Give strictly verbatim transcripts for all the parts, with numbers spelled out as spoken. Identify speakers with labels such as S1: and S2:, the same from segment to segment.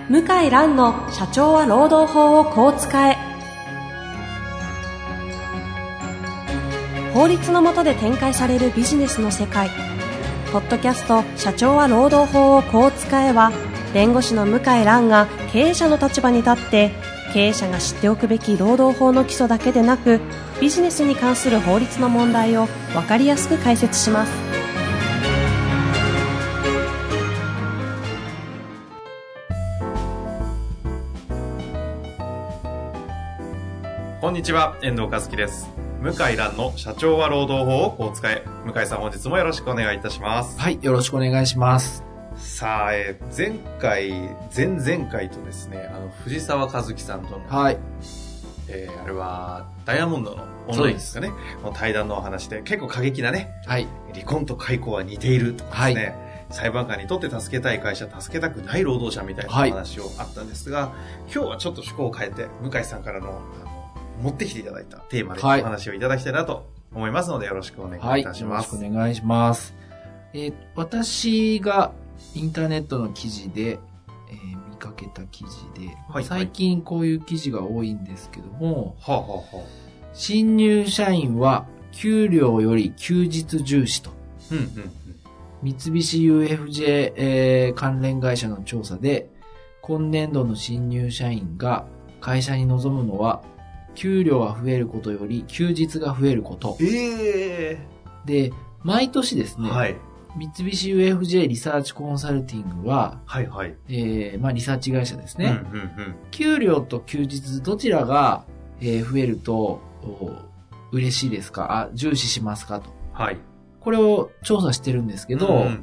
S1: 向井蘭の社長は労働法をこう使え。法律の下で展開されるビジネスの世界。ポッドキャスト社長は労働法をこう使えは、弁護士の向井蘭が経営者の立場に立って経営者が知っておくべき労働法の基礎だけでなく、ビジネスに関する法律の問題を分かりやすく解説します。
S2: こんにちは、遠藤和樹です。向井蘭の社長は労働法をこう使え。向井さん、本日もよろしくお願いいたします。
S3: はい、よろしくお願いします。
S2: さあ、えー、前回前々回とですね、あの藤沢和樹さんとの、
S3: はい、
S2: えー、あれはダイヤモンドのオンラインですかね、の対談のお話で、結構過激なね、はい、離婚と解雇は似ているとかですね、はい、裁判官にとって助けたい会社、助けたくない労働者みたいな話をあったんですが、はい、今日はちょっと趣向を変えて、向井さんからの持ってきていただいたテーマでお話をいただきたいなと思いますので、よろしくお願いいたします。
S3: はい、よろしくお願いします。えー、私がインターネットの記事で、えー、見かけた記事で、はい、最近こういう記事が多いんですけども、
S2: はあはあ、
S3: 新入社員は給料より休日重視と、
S2: うんうんうん、
S3: 三菱 ユーエフジェー、えー、関連会社の調査で、今年度の新入社員が会社に望むのは給料が増えることより休日が増えること。
S2: え
S3: ー、で、毎年ですね、
S2: はい、
S3: 三菱 ユーエフジェー リサーチコンサルティングは、
S2: はいはい、
S3: えー、まあリサーチ会社ですね、
S2: うんうんうん、
S3: 給料と休日どちらが、えー、増えると嬉しいですか、あ、重視しますかと。
S2: はい。
S3: これを調査してるんですけど、
S2: うんうんうん、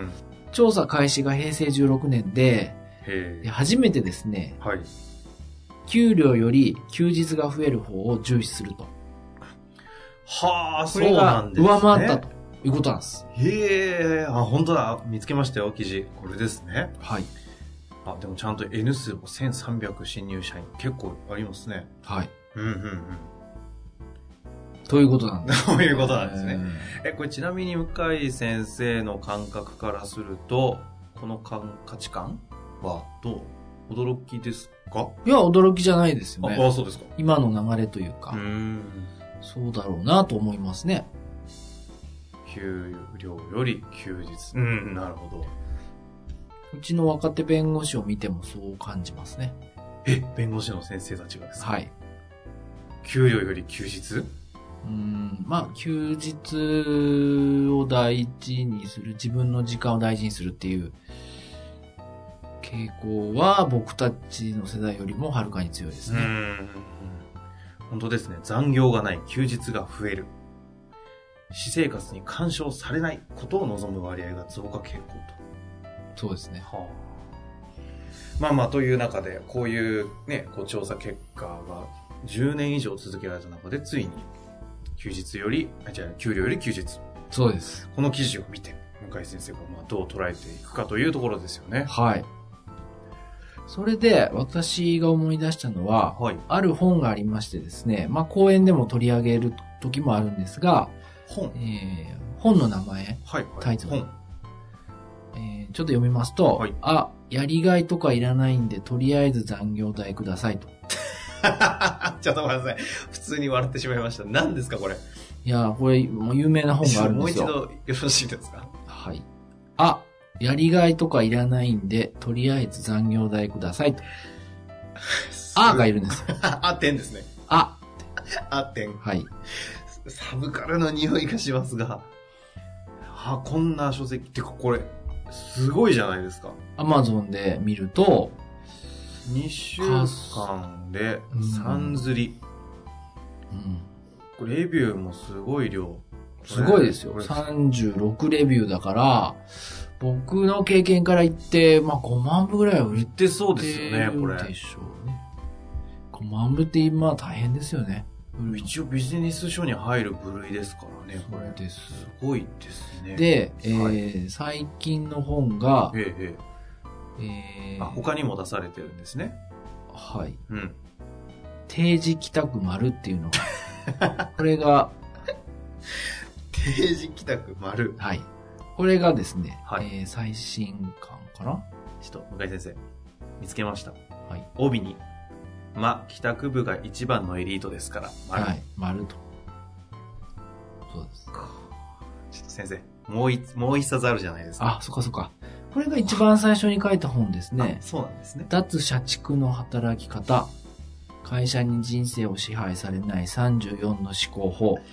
S3: 調査開始がへいせいじゅうろくねんで、
S2: へー、
S3: 初めてですね、
S2: はい、
S3: 給料より休日が増える方を重視すると。
S2: はあ、
S3: そうなんですね。これが上回ったということなんです。
S2: へえ、あ、本当だ。見つけましたよ、記事。これですね。
S3: はい。
S2: あ、でもちゃんと N 数もせんさんびゃく新入社員。結構ありますね。
S3: はい。
S2: うんうんうん。
S3: ということなんです。
S2: そういうことなんですね。え、これちなみに向井先生の感覚からすると、この価値観はどう？驚きですか？
S3: いや、驚きじゃないですよね。
S2: ああ、そうですか。
S3: 今の流れというか。
S2: うーん、
S3: そうだろうなと思いますね。
S2: 給料より休日。うん、なるほど。
S3: うちの若手弁護士を見てもそう感じますね。
S2: え、弁護士の先生たちがですか？
S3: はい。
S2: 給料より休日？
S3: うーん、まあ、休日を大事にする、自分の時間を大事にするっていう傾向は僕たちの世代よりもはるかに強いですね。
S2: うーん、本当ですね。残業がない、休日が増える。私生活に干渉されないことを望む割合が増加傾向と。
S3: そうですね。
S2: はあ、まあまあという中で、こういうね、こう調査結果がじゅうねん以上続けられた中で、ついに休日より、あ、じゃあ給料より休日。
S3: そうです。
S2: この記事を見て、向井先生がまあどう捉えていくかというところですよね。
S3: はい。それで私が思い出したのは、
S2: はい、
S3: ある本がありましてですね、まあ講演でも取り上げる時もあるんですが、
S2: 本、
S3: えー、本の名前、
S2: はいはい、
S3: タイトル、
S2: 本、
S3: えー、ちょっと読みますと、はい、あ、やりがいとかいらないんで、とりあえず残業代くださいと。
S2: ちょっとごめんなさい。普通に笑ってしまいました。何ですかこれ。
S3: いや、これ、もう有名な本があるんですよ。
S2: もう一度よろしいですか？
S3: はい。あ、やりがいとかいらないんで、とりあえず残業代くださいと。あがいるんですよ。
S2: あ、点ですね。
S3: あ。
S2: あ、点。
S3: はい。
S2: サブカルの匂いがしますが。は、こんな書籍。てかこれ、すごいじゃないですか。
S3: アマゾンで見ると、
S2: にしゅうかんでさん釣り。
S3: うん。
S2: これレビューもすごい量。
S3: すごいですよ。さんじゅうろくレビューだから、僕の経験から言って、まあごまんぶぐらいは売って
S2: そうですよね、これ。
S3: でしょうね。ごまんぶって今大変ですよね。
S2: 一応ビジネス書に入る部類ですからね、これ。
S3: そうです。
S2: すごいですね。
S3: で、えーはい、最近の本が、
S2: えええー、あ、他にも出されてるんですね。
S3: はい。
S2: うん。
S3: 定時帰宅丸っていうのが、これが、
S2: 定時帰宅丸。
S3: はい。これがですね、
S2: はい、
S3: えー、最新刊かな？
S2: ちょっと、向井先生。 見つけました。
S3: はい。
S2: 帯に、ま、帰宅部が一番のエリートですから、丸。
S3: はい。丸と。そうです。
S2: ちょっと先生、もう一、もう一冊あるじゃないですか。
S3: あ、そっかそっか。これが一番最初に書いた本ですね。
S2: そうなんですね。
S3: 脱社畜の働き方。会社に人生を支配されないさんじゅうよんの思考法。
S2: は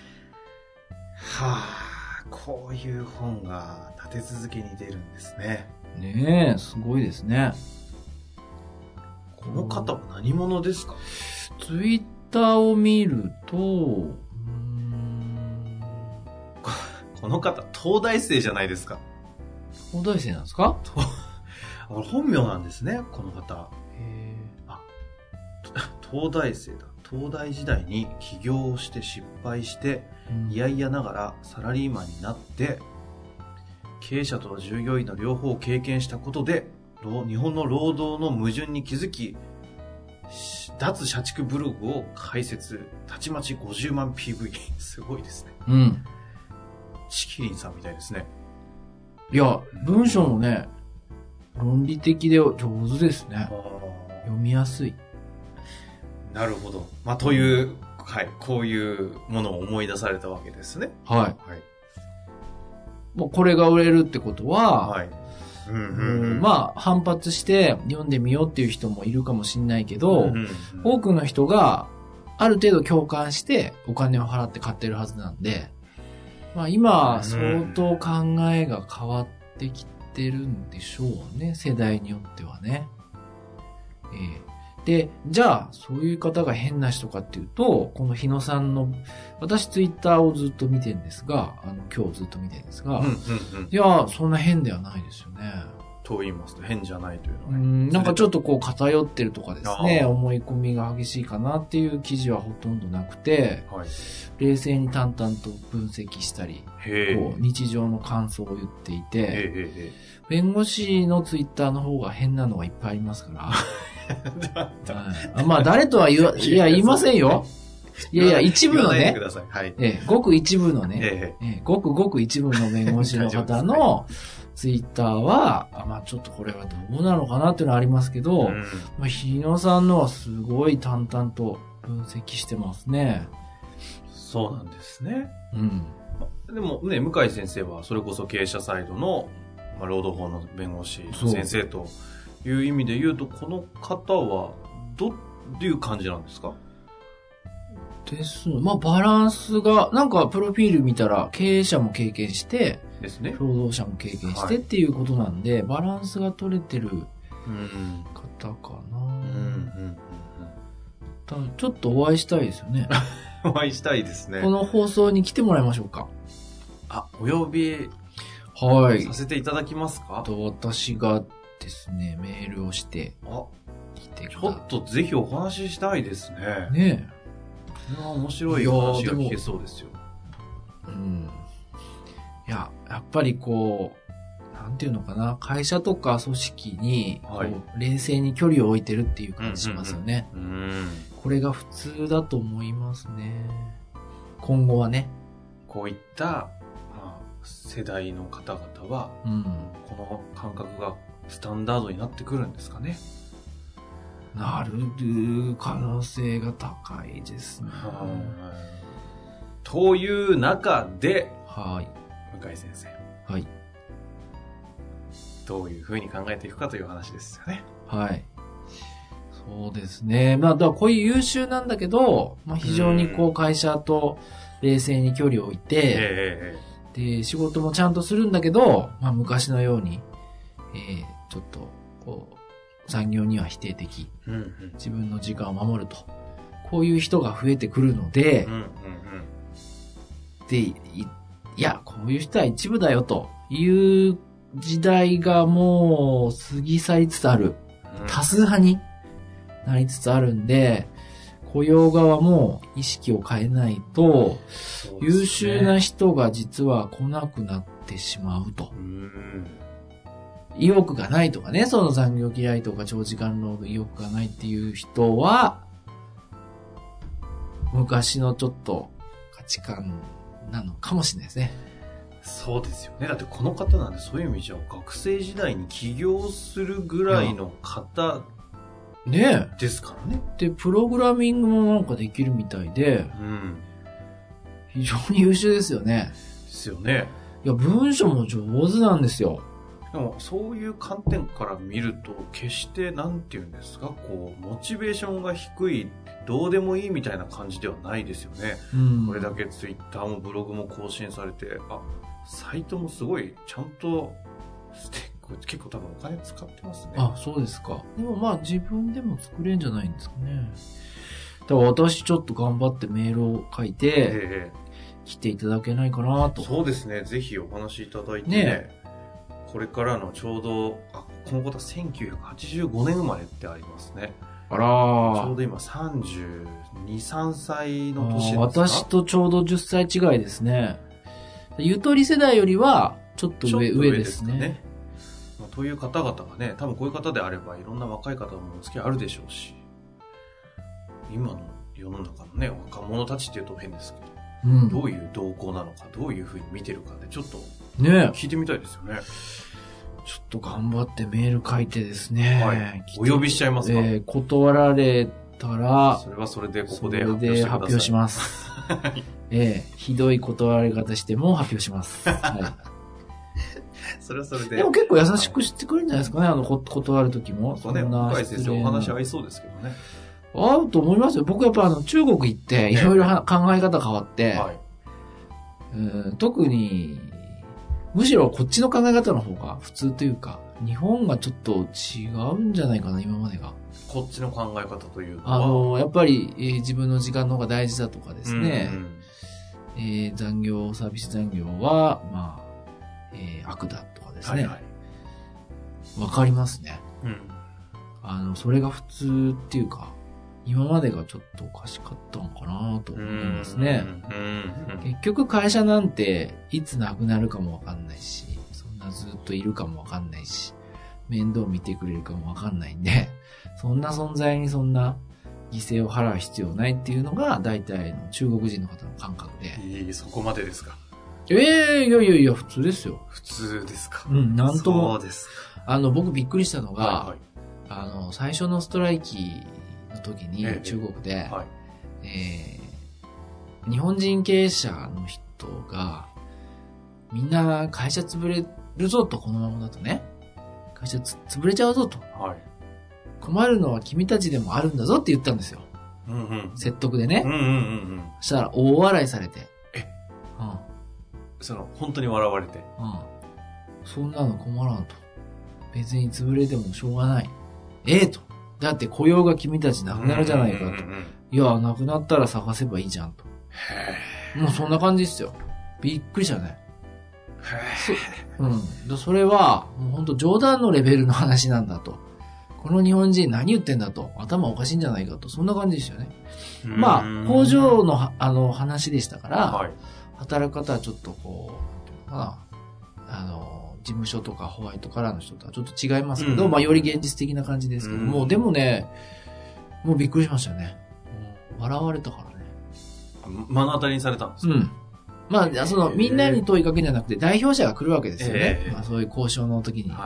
S2: あ、こういう本が立て続けに出るんですね。
S3: ねえ、すごいですね。
S2: この方は何者ですか？
S3: ツイッターを見ると、うーん
S2: この方、東大生じゃないですか。
S3: 東大生なんですか？
S2: これ本名なんですね、この方。
S3: へ
S2: あ、東大生だ。東大時代に起業をして失敗して、いやいやながらサラリーマンになって、経営者と従業員の両方を経験したことで、日本の労働の矛盾に気づき、脱社畜ブログを開設、たちまちごじゅうまん ピーブイ。すごいですね。
S3: うん。
S2: チキリンさんみたいですね。
S3: いや、文章もね、論理的で上手ですね。読みやすい。
S2: なるほど。まあ、という、はい、こういうものを思い出されたわけですね。
S3: はい。
S2: はい。
S3: もうこれが売れるってことは、
S2: はい。うんうんうん、
S3: まあ、反発して読んでみようっていう人もいるかもしれないけど、
S2: うんうんうん、
S3: 多くの人がある程度共感してお金を払って買ってるはずなんで、まあ今、相当考えが変わってきてるんでしょうね、世代によってはね。えーで、じゃあ、そういう方が変な人かっていうと、この日野さんの、私ツイッターをずっと見てるんですが、あの、今日ずっと見てるんですが、
S2: うんうんうん、
S3: いや、そんな変ではないですよね。
S2: と言いますと、変じゃないというのは、ね、
S3: うんなんかちょっとこう偏ってるとかですね、思い込みが激しいかなっていう記事はほとんどなくて、
S2: はい、
S3: 冷静に淡々と分析したり、こう日常の感想を言っていて、弁護士のツイッターの方が変なのがいっぱいありますから、はい、まあ誰とは言わ、いや言いませんよ。いやいや、一部のね、
S2: はい、
S3: ええ、ごく一部のね、ええ、ごくごく一部の弁護士の方のツイッターは、まあちょっとこれはどうなのかなっていうのはありますけど、うん、まあ日野さんのはすごい淡々と分析してますね。
S2: そうなんですね。
S3: うん。
S2: でもね、向井先生はそれこそ経営者サイドの、まあ、労働法の弁護士の先生という意味で言うと、この方はどういう感じなんですか？
S3: ですね。まあバランスが、なんかプロフィール見たら経営者も経験して、
S2: ですね。
S3: 労働者も経験してっていうことなんで、はい、バランスが取れてる方かな。うんうんうんただちょっとお会いしたいですよね。
S2: お会いしたいですね。
S3: この放送に来てもらいましょうか。
S2: あ、お呼び
S3: はい。
S2: させていただきますか？
S3: と私がですね、メールをして
S2: あ、
S3: 来て
S2: ちょっとぜひお話ししたいですね。
S3: ね
S2: え。いや面白い話が聞けそうですよ。
S3: うん。いや、やっぱりこう、なんていうのかな、会社とか組織にこう、はい、冷静に距離を置いてるっていう感じしますよね。
S2: うんうんうん、
S3: これが普通だと思いますね。今後はね。
S2: こういった、まあ、世代の方々は、うん、この感覚がスタンダードになってくるんですかね。
S3: なる可能性が高いですね。
S2: という中で、
S3: はい、
S2: 向井先生。
S3: はい。
S2: どういうふうに考えていくかという話ですよね。
S3: はい。そうですね。まあ、だからこういう優秀なんだけど、まあ、非常にこう会社と冷静に距離を置いて、
S2: え
S3: ー、で、仕事もちゃんとするんだけど、まあ、昔のように、えー、ちょっと、こう、残業には否定的、
S2: うんうん、
S3: 自分の時間を守ると。こういう人が増えてくるので、
S2: うんうんうん、
S3: で、い、いや、こういう人は一部だよという時代がもう過ぎ去りつつある。多数派になりつつあるんで、雇用側も意識を変えないと、優秀な人が実は来なくなってしまうと。
S2: うん
S3: 意欲がないとかね、その残業嫌いとか長時間労働意欲がないっていう人は、昔のちょっと価値観なのかもしれないですね。
S2: そうですよね。だってこの方なんでそういう意味じゃ学生時代に起業するぐらいの方
S3: ね
S2: ですからね。
S3: で、プログラミングもなんかできるみたいで、
S2: うん。
S3: 非常に優秀ですよね。
S2: ですよね。
S3: いや、文章も上手なんですよ。
S2: でもそういう観点から見ると決してなんていうんですか、こうモチベーションが低い、どうでもいいみたいな感じではないですよね。うん、これだけツイッターもブログも更新されて、あ、サイトもすごいちゃんと結構多分お金使ってますね。
S3: あ、そうですか。でもまあ自分でも作れるんじゃないんですかね。だから私ちょっと頑張ってメールを書いて、えー、来ていただけないかなと。
S2: そうですね。ぜひお話しいただいてね。ね、これからのちょうど、あ、このことはせんきゅうひゃくはちじゅうごねん生まれってありますね。
S3: あらー。
S2: ちょうど今さんじゅうに、さんさいの年ですか？
S3: 私とちょうどじゅっさい違いですね。ゆとり世代よりはちょっと 上,
S2: と
S3: 上ですね。
S2: ね、という方々がね、多分こういう方であればいろんな若い方もお付き合いあるでしょうし、今の世の中のね、若者たちっていうと変ですけど、うん、どういう動向なのか、どういうふうに見てるかでちょっと聞いてみたいですよね。
S3: ちょっと頑張ってメール書いてですね。
S2: はい。お呼びしちゃいますか？
S3: えー、断られたら、
S2: それはそれでここで
S3: 発表してください。それで発表します。えー、ひどい断られ方しても発表します。はい。
S2: それはそれで。
S3: でも結構優しくしてくれるんじゃないですかね、あの、断るときも。
S2: そうね、向井先生お話合いそうですけどね。
S3: 合うと思いますよ。僕やっぱあの、中国行って、いろいろ考え方変わって、はい、うん、特に、むしろこっちの考え方の方が普通というか、日本がちょっと違うんじゃないかな、今までが。
S2: こっちの考え方というのは、
S3: あの、やっぱり、えー、自分の時間の方が大事だとかですね、うんうん、えー、残業、サービス残業は、まあ、えー、悪だとかですね。わ、はいはい、かりますね。うん。あの、それが普通っていうか、今までがちょっとおかしかったのかなと思いますね。うんうん、結局会社なんていつなくなるかもわかんないし、そんなずっといるかもわかんないし、面倒見てくれるかもわかんないんで、そんな存在にそんな犠牲を払う必要ないっていうのが大体の中国人の方の感覚で。
S2: いい、そこまでですか。
S3: ええー、いやいやいや、普通ですよ。
S2: 普通ですか。
S3: うん、なんとも。
S2: そうですか。
S3: あの、僕びっくりしたのが、
S2: はいはい、
S3: あの、最初のストライキの時に中国で、えーはいえー、日本人経営者の人が、みんな会社潰れるぞと、このままだとね。会社つ潰れちゃうぞと。はい、困るのは君たちでもあるんだぞって言ったんですよ。うんうん、説得でね。うんうんうんうん、そしたら大笑いされて。
S2: え、うん、その、本当に笑われて。
S3: うん。そんなの困らんと。別に潰れてもしょうがない。ええと。だって雇用が君たちなくなるじゃないかと。うんうんうん、いや、なくなったら探せばいいじゃんと。へもうそんな感じですよ。びっくりしたね。へうん。でそれは、もう本当冗談のレベルの話なんだと。この日本人何言ってんだと。頭おかしいんじゃないかと。そんな感じですよね。まあ、工場のあの話でしたから、はい、働く方はちょっとこう、なんていうのかな、あの、事務所とかホワイトカラーの人とはちょっと違いますけど、うん、まあより現実的な感じですけども、うん、でもね、もうびっくりしましたよね。笑われたからね。
S2: 目の当たりにされたんですか？
S3: うん。まあ、その、みんなに問いかけじゃなくて、代表者が来るわけですよね。えー、まあそういう交渉の時に。はい。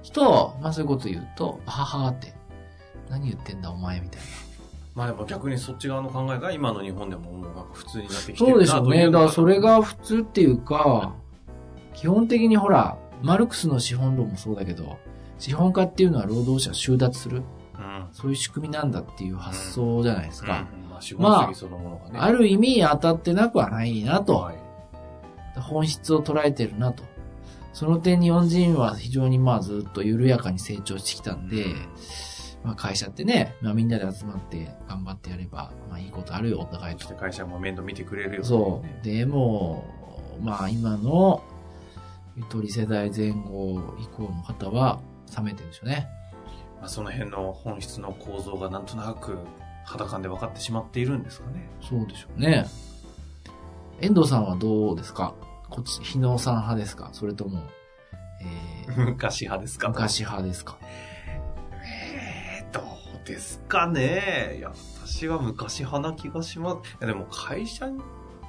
S3: と、まあそういうこと言うと、ははーって、何言ってんだお前みたいな。
S2: まあでも逆にそっち側の考えが今の日本でももうなんか普通になってきてるなという。
S3: そうでしょうね。だからそれが普通っていうか、基本的にほら、マルクスの資本論もそうだけど、資本家っていうのは労働者を収奪する。うん、そういう仕組みなんだっていう発想じゃないですか。うんうんまあ、資本主義そのものがね。まあ、ある意味当たってなくはないなと。はい、本質を捉えてるなと。その点日本人は非常にまあずっと緩やかに成長してきたんで、うんまあ、会社ってね、まあ、みんなで集まって頑張ってやれば、まあいいことあるよ、お互いと。
S2: そして会社も面倒見てくれるよ、ね。
S3: そう。でも、まあ今のゆとり世代前後以降の方は冷めてるんでしょうね。
S2: まあ、その辺の本質の構造がなんとなく肌感で分かってしまっているんですかね。
S3: そうでしょうね。遠藤さんはどうですか？こっち、日野さん派ですか？それとも、
S2: えー、昔派ですか？
S3: 昔派ですか？
S2: えー、どうですかね。いや、私は昔派な気がします。いやでも会社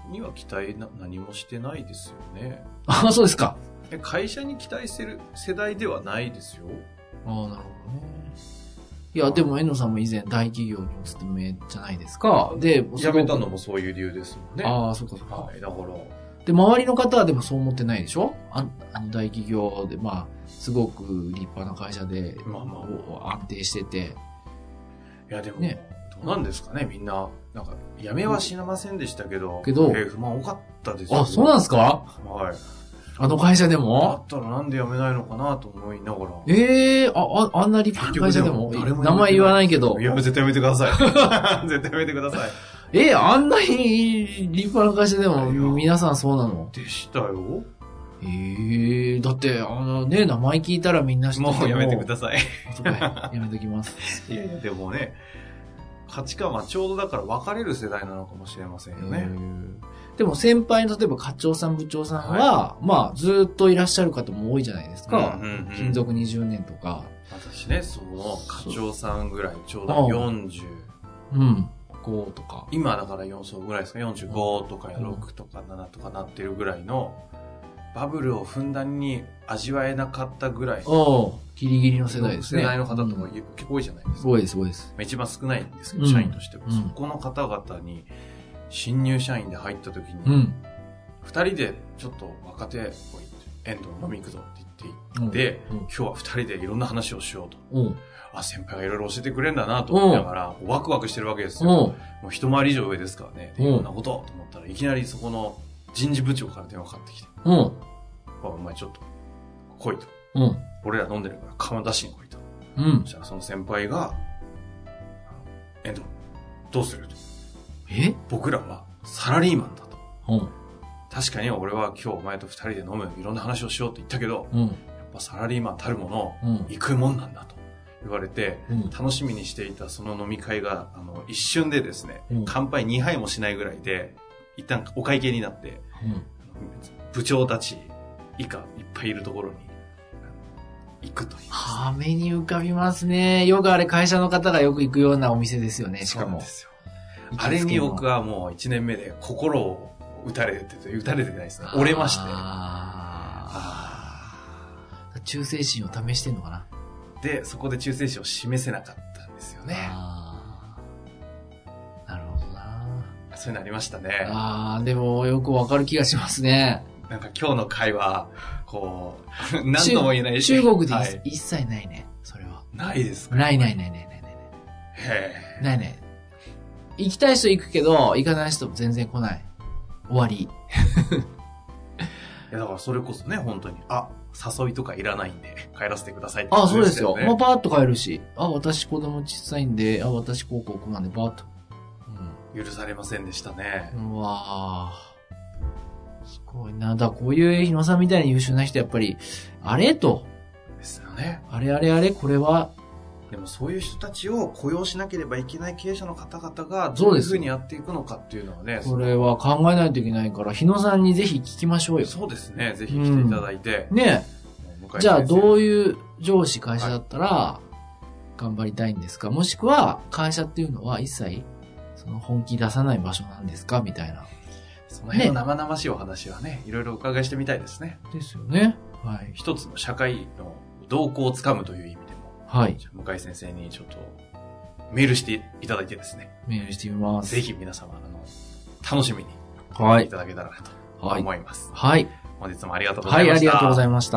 S2: には期待な何もしてないですよね。
S3: あ、そうですか。
S2: 会社に期待してる世代ではないですよ。
S3: ああ、なるほどね。いや、でも、遠藤さんも以前大企業にお勤めじゃないですか。で、
S2: 辞めたのもそういう理由ですもんね。
S3: ああ、そうかそうか。
S2: はい、だから。
S3: で、周りの方はでもそう思ってないでしょ？あ, あの大企業で、まあ、すごく立派な会社で、まあまあ、安定してて。
S2: いや、でも、ね、どうなんですかね、みんな。なんか、辞めはしませんでしたけど、
S3: けど、
S2: えー、不満多かったですよ。
S3: あ、そうなんですか？
S2: はい。
S3: あの会社でも
S2: だったらなんで辞めないのかなと思いながら。
S3: ええー、あ、あ、あんな立派な会社でも、誰も名前言わないけど。
S2: いや、絶対やめてください。絶対やめてください。
S3: えー、あんなに立派な会社でも、皆さんそうなの？
S2: でしたよ。
S3: ええー、だって、あのね、名前聞いたらみんな知ってても。
S2: もうやめてください。
S3: やめときます。
S2: いやいや、でもね、価値観はちょうどだから分かれる世代なのかもしれませんよね。
S3: でも先輩の例えば課長さん部長さんは、はい、まあずっといらっしゃる方も多いじゃないですか。うんうんうん、勤続にじゅうねんとか。
S2: 私ね、その課長さんぐらいちょうどよんじゅう。
S3: うん。ごとか。
S2: 今だからよんそうぐらいですか、よんじゅうごとかろくとかななとかなってるぐらいの、バブルをふんだんに味わえなかったぐらい。
S3: おギリギリの世代ですね。
S2: 世代の方とも結構多いじゃないですか。
S3: 多いです、多いです。
S2: 一番少ないんですけど、社員としても。うん、そこの方々に、新入社員で入った時に、うん、二人でちょっと若手、遠藤飲み行くぞって言っていって、うん、今日は二人でいろんな話をしようと。うん、あ、先輩がいろいろ教えてくれるんだなと思いながら、ワクワクしてるわけですよ。もう一回り以上上ですからね。いろんなことと思ったらいきなりそこの人事部長から電話かかってきて。うん、お前ちょっと来いと。うん、俺ら飲んでるから釜出しに来いと。うん、そしたらその先輩が、遠藤、どうすると。え僕らはサラリーマンだと。うん、確かに俺は今日お前と二人で飲むいろんな話をしようって言ったけど、うん、やっぱサラリーマンたるもの、うん、行くもんなんだと言われて、うん、楽しみにしていたその飲み会があの一瞬でですね、うん、乾杯にはいもしないぐらいで一旦お会計になって、うん、部長たち以下いっぱいいるところに行くという。
S3: はあ、目に浮かびますね。よくあれ会社の方がよく行くようなお店ですよね、しかも。そうですよ。
S2: あれに僕はもう一年目で心を打たれてて、打たれてないですね。折れまして。あ
S3: あ。忠誠心を試してんのかな。
S2: で、そこで忠誠心を示せなかったんですよね。あ
S3: あ。なるほどな。
S2: そういうのありましたね。
S3: ああ、でもよくわかる気がしますね。
S2: なんか今日の会話、こう、何とも言えない
S3: し。中国で、はい、一切ないね、それは。
S2: ないですか？
S3: ないないないないないない。
S2: へえ。
S3: ないない。行きたい人行くけど、行かない人全然来ない。終わり。い
S2: や、だからそれこそね、本当に、あ、誘いとかいらないんで、帰らせてくださいって、
S3: ね。あ、そうですよ。まあ、パーッと帰るし、あ、私子供小さいんで、あ、私高校なんで、パーッと。
S2: うん。許されませんでしたね。
S3: うわぁ。すごいな。だこういう日野さんみたいに優秀な人、やっぱり、あれと。
S2: ですよね。
S3: あれあれあれ、これは、
S2: でもそういう人たちを雇用しなければいけない経営者の方々がどういうふうにやっていくのかっていうのはね。
S3: これは考えないといけないから、日野さんにぜひ聞きましょうよ。
S2: そうですね。ぜひ来ていただいて。
S3: うん、ねえ。じゃあどういう上司会社だったら頑張りたいんですか、はい、もしくは会社っていうのは一切その本気出さない場所なんですかみたいな。
S2: その辺の生々しいお話はね、ねいろいろお伺いしてみたいですね。
S3: ですよね。はい。
S2: 一つの社会の動向をつかむという意味で。はい。向井先生にちょっとメールしていただいてですね。
S3: メールしてみます。
S2: ぜひ皆様、あの、楽しみにはいいただけたらなと思います。
S3: はい。はい、
S2: 本日もありがとうございました。
S3: はい、ありがとうございました。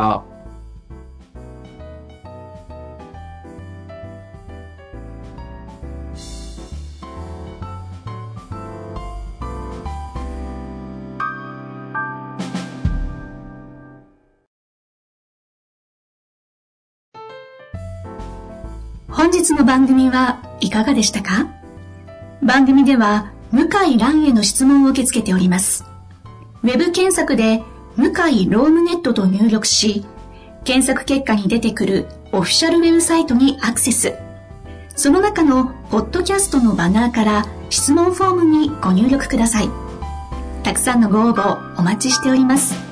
S4: 本日の番組はいかがでしたか？番組では向井蘭への質問を受け付けております。ウェブ検索で向井ロームネットと入力し、検索結果に出てくるオフィシャルウェブサイトにアクセス。その中のポッドキャストのバナーから質問フォームにご入力ください。たくさんのご応募お待ちしております。